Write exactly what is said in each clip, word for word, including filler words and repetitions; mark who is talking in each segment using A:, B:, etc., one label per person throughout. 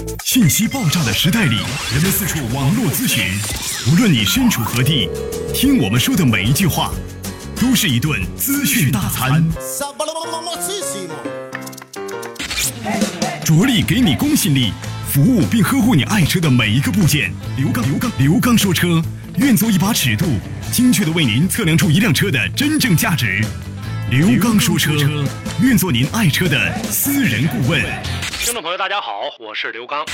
A: 信息爆炸的时代里，人们四处网络咨询，无论你身处何地，听我们说的每一句话，都是一顿资讯大餐。着力给你公信力，服务并呵护你爱车的每一个部件。刘刚，刘刚，刘刚说车，愿做一把尺度，精确的为您测量出一辆车的真正价值。刘刚说车，愿做您爱车的私人顾问。
B: 听众朋友大家好，我是刘刚。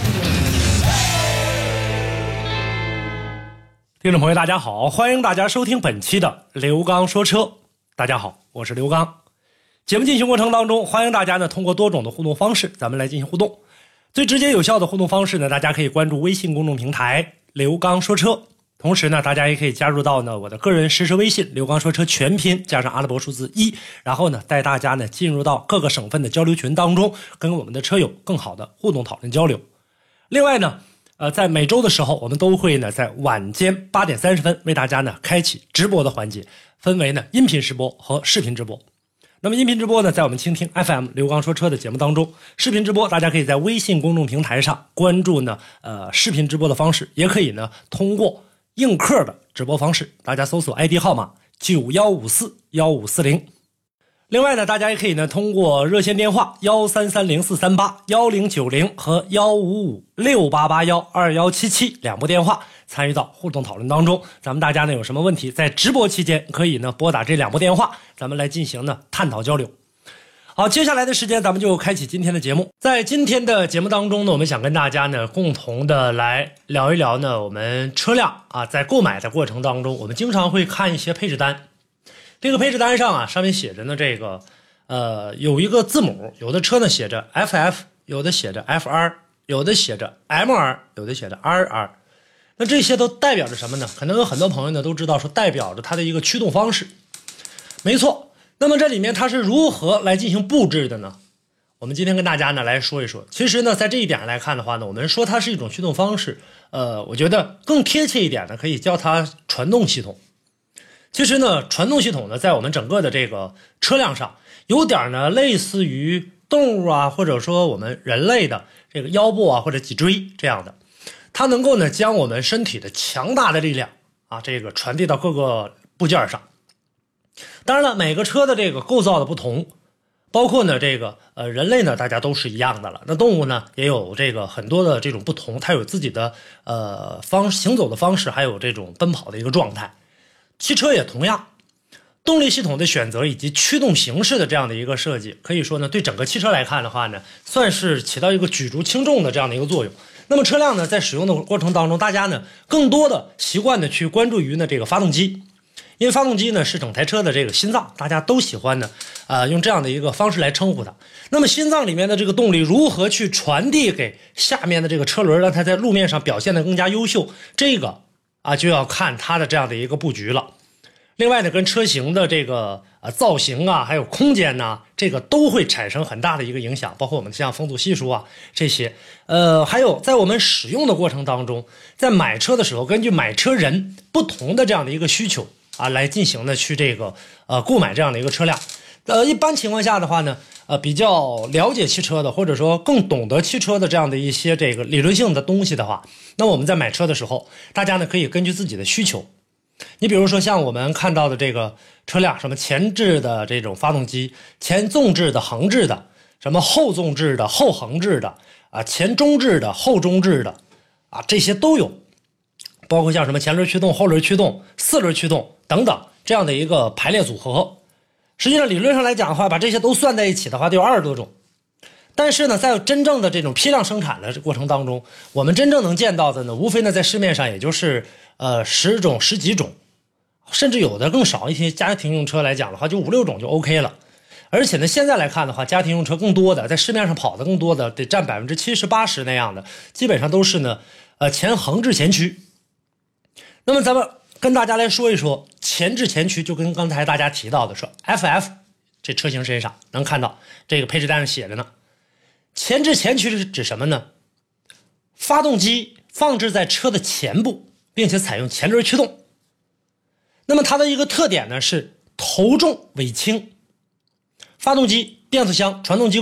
B: 听众朋友大家好，欢迎大家收听本期的刘刚说车。大家好，我是刘刚。节目进行过程当中，欢迎大家呢通过多种的互动方式咱们来进行互动。最直接有效的互动方式呢，大家可以关注微信公众平台刘刚说车，同时呢大家也可以加入到呢我的个人实时微信刘刚说车全拼加上阿拉伯数字一，然后呢带大家呢进入到各个省份的交流群当中，跟我们的车友更好的互动讨论交流。另外呢呃，在每周的时候，我们都会呢在晚间八点三十分为大家呢开启直播的环节，分为呢音频直播和视频直播。那么音频直播呢，在我们倾听 F M 刘刚说车的节目当中，视频直播大家可以在微信公众平台上关注呢呃视频直播的方式，也可以呢通过映客的直播方式，大家搜索 I D 号码九一五四一五四零。另外呢，大家也可以呢通过热线电话一三三零四三八一零九零和一五五六八八一二一七七两部电话参与到互动讨论当中。咱们大家呢有什么问题，在直播期间可以呢拨打这两部电话，咱们来进行呢探讨交流。好，接下来的时间咱们就开启今天的节目。在今天的节目当中呢，我们想跟大家呢共同的来聊一聊呢我们车辆啊在购买的过程当中，我们经常会看一些配置单。这个配置单上啊，上面写着呢这个呃有一个字母，有的车呢写着 F F， 有的写着 F R， 有的写着 M R， 有的写着 R R。 那这些都代表着什么呢？可能有很多朋友呢都知道说代表着它的一个驱动方式。没错，那么这里面它是如何来进行布置的呢？我们今天跟大家呢来说一说。其实呢在这一点来看的话呢，我们说它是一种驱动方式，呃我觉得更贴切一点呢可以叫它传动系统。其实呢传动系统呢在我们整个的这个车辆上有点呢类似于动物啊，或者说我们人类的这个腰部啊或者脊椎这样的，它能够呢将我们身体的强大的力量啊这个传递到各个部件上。当然了，每个车的这个构造的不同，包括呢这个呃人类呢大家都是一样的了，那动物呢也有这个很多的这种不同，它有自己的呃方行走的方式，还有这种奔跑的一个状态。汽车也同样，动力系统的选择以及驱动形式的这样的一个设计，可以说呢对整个汽车来看的话呢，算是起到一个举足轻重的这样的一个作用。那么车辆呢在使用的过程当中，大家呢更多的习惯的去关注于呢这个发动机，因为发动机呢是整台车的这个心脏，大家都喜欢呢呃用这样的一个方式来称呼它。那么心脏里面的这个动力如何去传递给下面的这个车轮，让它在路面上表现得更加优秀，这个啊就要看它的这样的一个布局了。另外呢跟车型的这个呃造型啊还有空间呢，这个都会产生很大的一个影响，包括我们像风阻系数啊这些，呃还有在我们使用的过程当中，在买车的时候根据买车人不同的这样的一个需求啊来进行的去这个呃购买这样的一个车辆。呃一般情况下的话呢呃比较了解汽车的，或者说更懂得汽车的这样的一些这个理论性的东西的话，那我们在买车的时候，大家呢可以根据自己的需求，你比如说像我们看到的这个车辆，什么前置的这种发动机，前纵置的横置的，什么后纵置的后横置的啊，前中置的后中置的啊，这些都有，包括像什么前轮驱动后轮驱动四轮驱动等等这样的一个排列组合。实际上理论上来讲的话，把这些都算在一起的话就有二十多种。但是呢在真正的这种批量生产的过程当中，我们真正能见到的呢无非呢在市面上也就是呃十种十几种，甚至有的更少一些。家庭用车来讲的话就五六种就 OK 了。而且呢现在来看的话，家庭用车更多的在市面上跑的更多的得占 百分之七十八十 那样的，基本上都是呢呃前横置前驱。那么咱们跟大家来说一说前置前驱，就跟刚才大家提到的说 F F 这车型身上能看到这个配置单上写着呢，前置前驱是指什么呢？发动机放置在车的前部，并且采用前轮驱动。那么它的一个特点呢是头重尾轻，发动机、变速箱、传动机构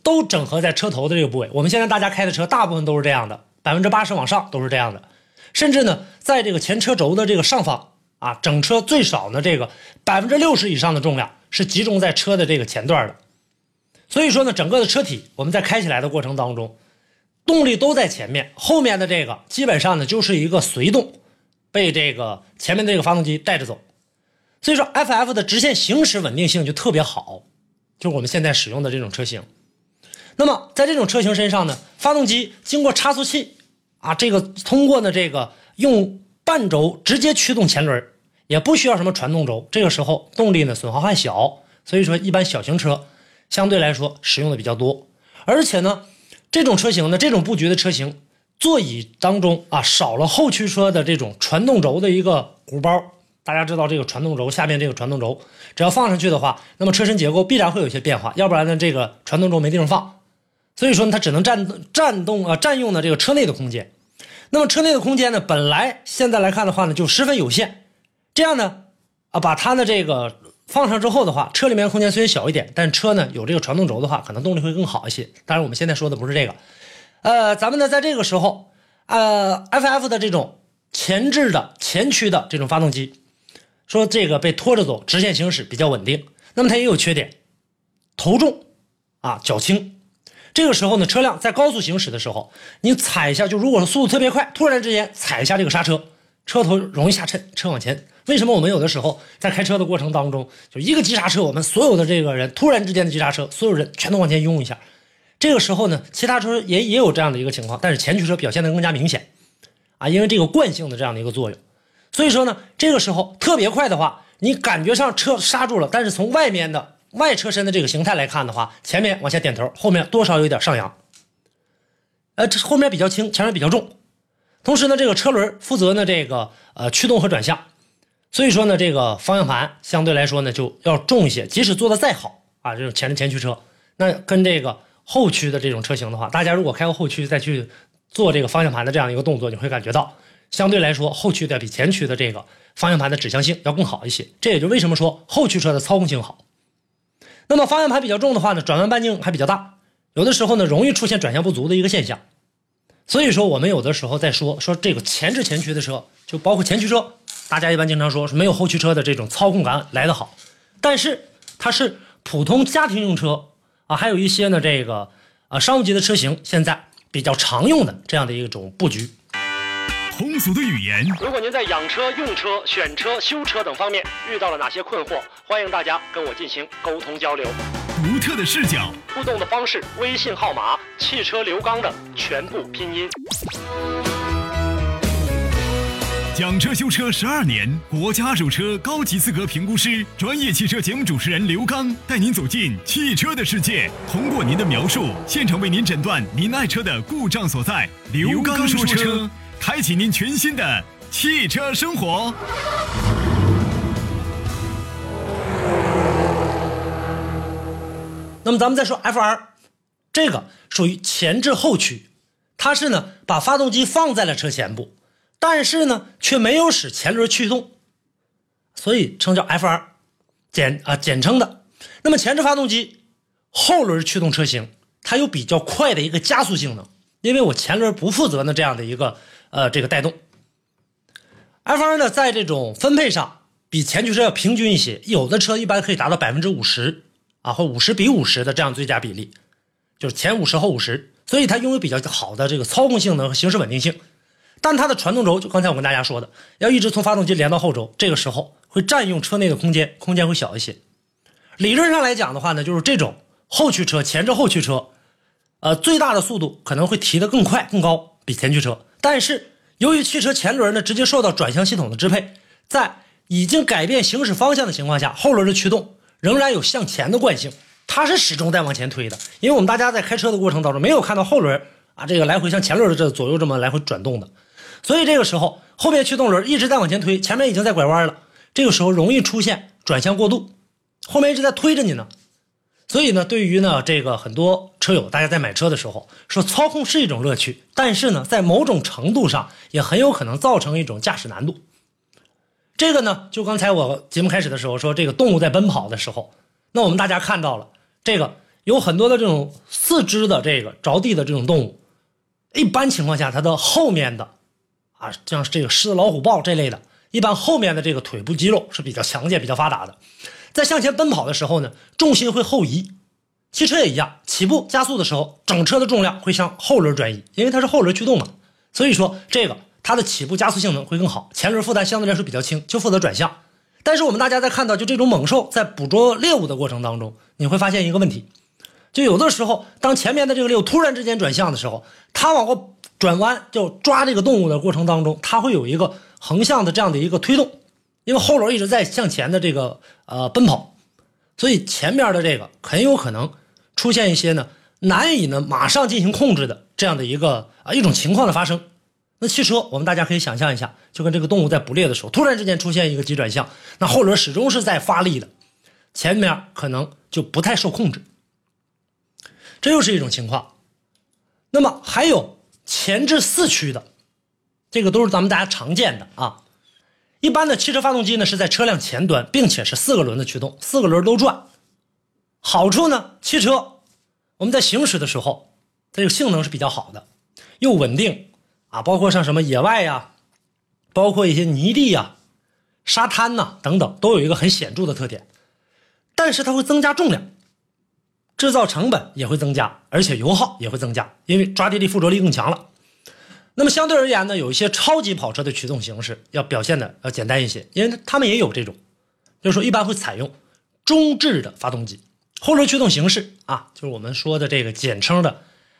B: 都整合在车头的这个部位。我们现在大家开的车大部分都是这样的， 百分之八十 往上都是这样的。甚至呢，在这个前车轴的这个上方啊，整车最少呢这个 百分之六十 以上的重量是集中在车的这个前段的。所以说呢，整个的车体我们在开起来的过程当中，动力都在前面，后面的这个基本上呢就是一个随动，被这个前面的这个发动机带着走。所以说 F F 的直线行驶稳定性就特别好，就是我们现在使用的这种车型。那么在这种车型身上呢，发动机经过差速器啊，这个通过呢这个用半轴直接驱动前轮，也不需要什么传动轴，这个时候动力呢损耗还小，所以说一般小型车相对来说使用的比较多。而且呢，这种车型呢，这种布局的车型，座椅当中啊少了后驱车的这种传动轴的一个鼓包。大家知道这个传动轴下面这个传动轴，只要放上去的话，那么车身结构必然会有一些变化，要不然呢这个传动轴没地方放，所以说呢它只能占占动啊占用呢这个车内的空间。那么车内的空间呢，本来现在来看的话呢就十分有限，这样呢啊把它的这个放上之后的话，车里面空间虽然小一点，但车呢有这个传动轴的话，可能动力会更好一些。当然我们现在说的不是这个，呃，咱们呢在这个时候，呃 ，F F 的这种前置的前驱的这种发动机，说这个被拖着走，直线行驶比较稳定。那么它也有缺点，头重啊，脚轻。这个时候呢，车辆在高速行驶的时候，你踩一下，就如果说速度特别快，突然之间踩一下这个刹车，车头容易下沉，车往前。为什么我们有的时候在开车的过程当中，就一个急刹车，我们所有的这个人突然之间的急刹车，所有人全都往前拥一下。这个时候呢，其他车也也有这样的一个情况，但是前驱车表现得更加明显啊，因为这个惯性的这样的一个作用。所以说呢，这个时候特别快的话，你感觉上车刹住了，但是从外面的外车身的这个形态来看的话，前面往下点头，后面多少有点上扬，呃，这后面比较轻，前面比较重。同时呢，这个车轮负责呢这个呃驱动和转向，所以说呢，这个方向盘相对来说呢就要重一些。即使做的再好啊，这种前前驱车，那跟这个后驱的这种车型的话，大家如果开过后驱再去做这个方向盘的这样一个动作，你会感觉到相对来说后驱的比前驱的这个方向盘的指向性要更好一些。这也就为什么说后驱车的操控性好。那么方向盘比较重的话呢，转弯半径还比较大，有的时候呢容易出现转向不足的一个现象。所以说我们有的时候在说说这个前置前驱的车，就包括前驱车，大家一般经常说是没有后驱车的这种操控感来得好，但是它是普通家庭用车啊，还有一些呢这个啊商务级的车型现在比较常用的这样的一种布局。
A: 通俗的语言，
B: 如果您在养车、用车、选车、修车等方面遇到了哪些困惑，欢迎大家跟我进行沟通交流。
A: 独特的视角，
B: 互动的方式，微信号码汽车刘刚的全部拼音。
A: 讲车修车十二年，国家二手车高级资格评估师，专业汽车节目主持人刘刚带您走进汽车的世界，通过您的描述，现场为您诊断您爱车的故障所在。刘刚说车，开启您全新的汽车生活。
B: 那么咱们再说 F R， 这个属于前置后驱，它是呢把发动机放在了车前部，但是呢却没有使前轮驱动，所以称叫 F R， 简啊简称的。那么前置发动机后轮驱动车型，它有比较快的一个加速性能，因为我前轮不负责呢这样的一个呃这个带动。F R 呢在这种分配上比前驱车要平均一些，有的车一般可以达到 百分之五十。啊，或五十比五十的这样最佳比例，就是前五十后五十，所以它拥有比较好的这个操控性能和行驶稳定性。但它的传动轴，就刚才我跟大家说的，要一直从发动机连到后轴，这个时候会占用车内的空间，空间会小一些。理论上来讲的话呢，就是这种后驱车、前置后驱车，呃，最大的速度可能会提得更快、更高，比前驱车。但是由于汽车前轮呢直接受到转向系统的支配，在已经改变行驶方向的情况下，后轮的驱动仍然有向前的惯性，它是始终在往前推的。因为我们大家在开车的过程当中没有看到后轮啊这个来回像前轮的这左右这么来回转动的，所以这个时候后面驱动轮一直在往前推，前面已经在拐弯了，这个时候容易出现转向过度，后面一直在推着你呢。所以呢，对于呢这个很多车友，大家在买车的时候说操控是一种乐趣，但是呢在某种程度上也很有可能造成一种驾驶难度。这个呢，就刚才我节目开始的时候说，这个动物在奔跑的时候，那我们大家看到了，这个有很多的这种四肢的这个着地的这种动物，一般情况下它的后面的啊，像这个狮子、老虎、豹这类的，一般后面的这个腿部肌肉是比较强健、比较发达的。在向前奔跑的时候呢，重心会后移。汽车也一样，起步加速的时候，整车的重量会向后轮转移，因为它是后轮驱动嘛，所以说这个它的起步加速性能会更好，前轮负担相对来说比较轻，就负责转向。但是我们大家在看到就这种猛兽在捕捉猎物的过程当中，你会发现一个问题，就有的时候当前面的这个猎物突然之间转向的时候，它往后转弯就抓这个动物的过程当中，它会有一个横向的这样的一个推动，因为后轮一直在向前的这个呃奔跑，所以前面的这个很有可能出现一些呢难以呢马上进行控制的这样的一个啊一种情况的发生。那汽车我们大家可以想象一下，就跟这个动物在捕猎的时候突然之间出现一个急转向，那后轮始终是在发力的，前面可能就不太受控制，这又是一种情况。那么还有前置四驱的，这个都是咱们大家常见的啊。一般的汽车发动机呢是在车辆前端，并且是四个轮的驱动，四个轮都转。好处呢，汽车我们在行驶的时候，它这个性能是比较好的，又稳定啊，包括像什么野外呀，包括一些泥地呀、沙滩呐等等，都有一个很显著的特点。但是它会增加重量，制造成本也会增加，而且油耗也会增加，因为抓地力、附着力更强了。那么相对而言呢，有一些超级跑车的驱动形式要表现的要简单一些，因为他们也有这种，就是说一般会采用中置的发动机，后轮驱动形式啊，就是我们说的这个简称的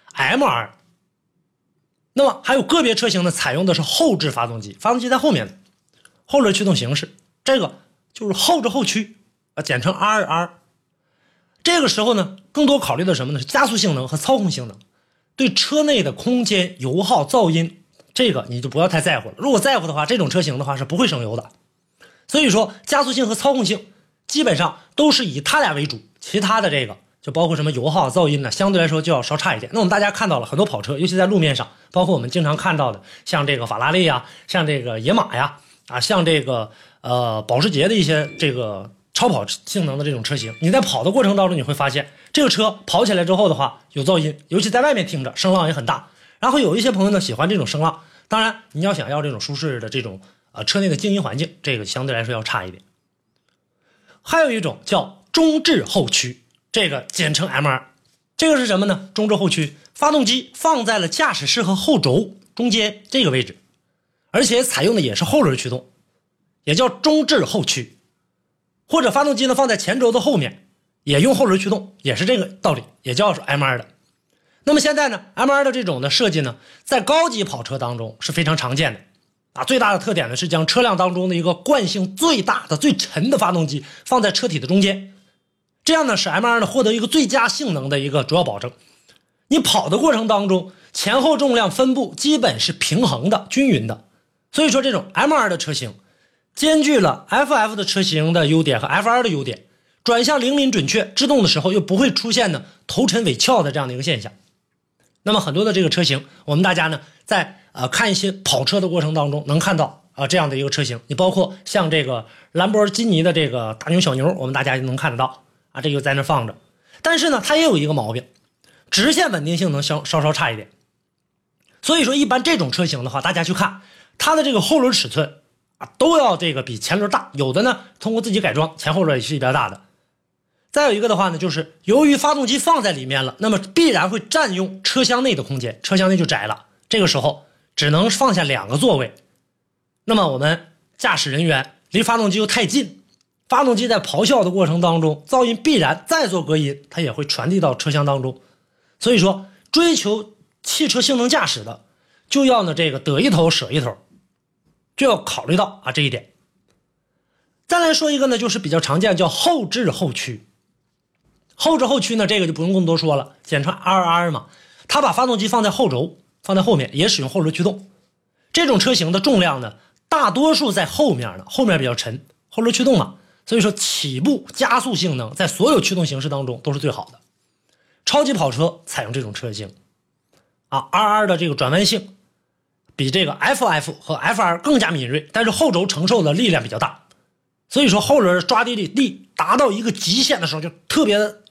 B: M R。 那么还有个别车型呢采用的是后置发动机，发动机在后面的后轮驱动形式，这个就是后置后驱啊，简称 R R。 这个时候呢更多考虑的什么呢？是加速性能和操控性能，对车内的空间、油耗、噪音，这个你就不要太在乎了。如果在乎的话，这种车型的话是不会省油的。所以说加速性和操控性基本上都是以它俩为主，其他的这个就包括什么油耗、噪音呢，相对来说就要稍差一点。那我们大家看到了很多跑车，尤其在路面上，包括我们经常看到的像这个法拉利呀、像这个野马呀啊，像这个呃保时捷的一些这个超跑性能的这种车型，你在跑的过程当中你会发现这个车跑起来之后的话有噪音，尤其在外面听着声浪也很大。然后有一些朋友呢喜欢这种声浪，当然你要想要这种舒适的这种呃车内的静音环境，这个相对来说要差一点。还有一种叫中置后驱，这个简称 M R。 这个是什么呢？中置后驱，发动机放在了驾驶室和后轴中间这个位置，而且采用的也是后轮驱动，也叫中置后驱。或者发动机呢放在前轴的后面，也用后轮驱动，也是这个道理，也叫 M R 的。那么现在呢 M R 的这种的设计呢，在高级跑车当中是非常常见的啊。最大的特点呢是将车辆当中的一个惯性最大的、最沉的发动机放在车体的中间，这样呢使 M R 呢获得一个最佳性能的一个主要保证。你跑的过程当中，前后重量分布基本是平衡的、均匀的。所以说这种 M R 的车型兼具了 F F 的车型的优点和 F R 的优点，转向灵敏准确，制动的时候又不会出现呢头沉尾翘的这样的一个现象。那么很多的这个车型，我们大家呢在呃看一些跑车的过程当中能看到啊、呃、这样的一个车型，你包括像这个兰博基尼的这个大牛小牛，我们大家就能看得到啊，这个在那放着。但是呢它也有一个毛病，直线稳定性能稍稍稍差一点。所以说一般这种车型的话，大家去看它的这个后轮尺寸啊，都要这个比前轮大，有的呢通过自己改装，前后轮也是比较大的。再有一个的话呢，就是由于发动机放在里面了，那么必然会占用车厢内的空间，车厢内就窄了，这个时候只能放下两个座位。那么我们驾驶人员离发动机又太近，发动机在咆哮的过程当中，噪音必然再做隔音，它也会传递到车厢当中。所以说追求汽车性能驾驶的，就要呢这个得一头舍一头，就要考虑到啊这一点。再来说一个呢，就是比较常见叫后置后驱。后置后驱呢，这个就不用更多说了，简称 R R 嘛。它把发动机放在后轴，放在后面，也使用后轮驱动。这种车型的重量呢，大多数在后面的，后面比较沉，后轮驱动嘛，所以说起步加速性能在所有驱动形式当中都是最好的。超级跑车采用这种车型啊 ，R R 的这个转弯性比这个 F F 和 F R 更加敏锐，但是后轴承受的力量比较大，所以说后轮抓地力力达到一个极限的时候就特别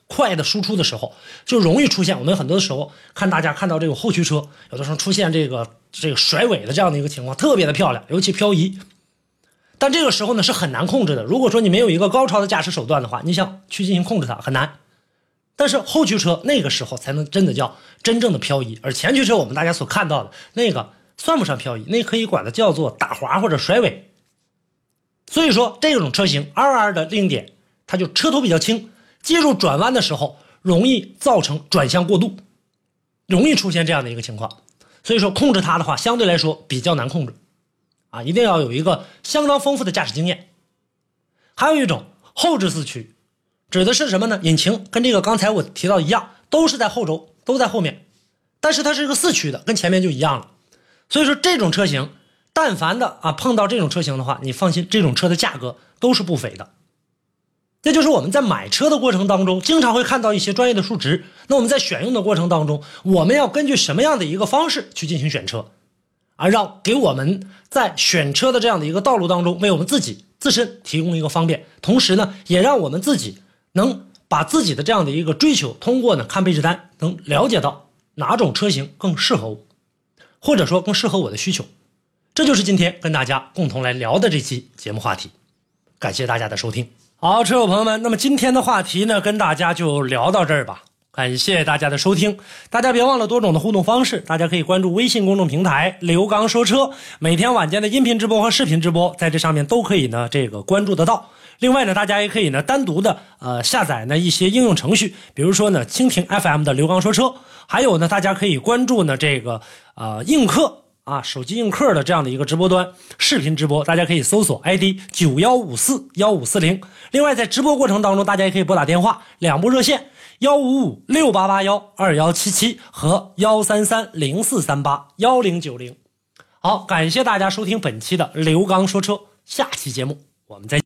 B: 快的输出的时候，就容易出现我们很多的时候看大家看到这个后驱车有的时候出现这个这个甩尾的这样的一个情况，特别的漂亮，尤其漂移。但这个时候呢是很难控制的，如果说你没有一个高超的驾驶手段的话，你想去进行控制它很难。但是后驱车那个时候才能真的叫真正的漂移，而前驱车我们大家所看到的那个算不上漂移，那可以管它叫做打滑或者甩尾。所以说这种车型 二二 的另一点，它就车头比较轻，介入转弯的时候容易造成转向过度，容易出现这样的一个情况。所以说控制它的话相对来说比较难控制啊，一定要有一个相当丰富的驾驶经验。还有一种后置四驱，指的是什么呢？引擎跟这个刚才我提到一样，都是在后轴，都在后面，但是它是一个四驱的，跟前面就一样了。所以说这种车型但凡的啊碰到这种车型的话，你放心，这种车的价格都是不菲的。这就是我们在买车的过程当中经常会看到一些专业的数值，那我们在选用的过程当中，我们要根据什么样的一个方式去进行选车，而让给我们在选车的这样的一个道路当中为我们自己自身提供一个方便，同时呢也让我们自己能把自己的这样的一个追求通过呢看配置单能了解到哪种车型更适合我，或者说更适合我的需求。这就是今天跟大家共同来聊的这期节目话题，感谢大家的收听。好，车友朋友们，那么今天的话题呢跟大家就聊到这儿吧，感谢大家的收听。大家别忘了多种的互动方式，大家可以关注微信公众平台刘刚说车，每天晚间的音频直播和视频直播在这上面都可以呢这个关注得到。另外呢大家也可以呢单独的呃下载呢一些应用程序，比如说呢蜻蜓 F M 的刘刚说车，还有呢大家可以关注呢这个呃映客啊，手机映客的这样的一个直播端视频直播，大家可以搜索 I D 九一五四一五四零。另外在直播过程当中大家也可以拨打电话，两部热线一五五六八八一二一七七和一三三零四三八一零九零。好，感谢大家收听本期的刘刚说车，下期节目我们再见。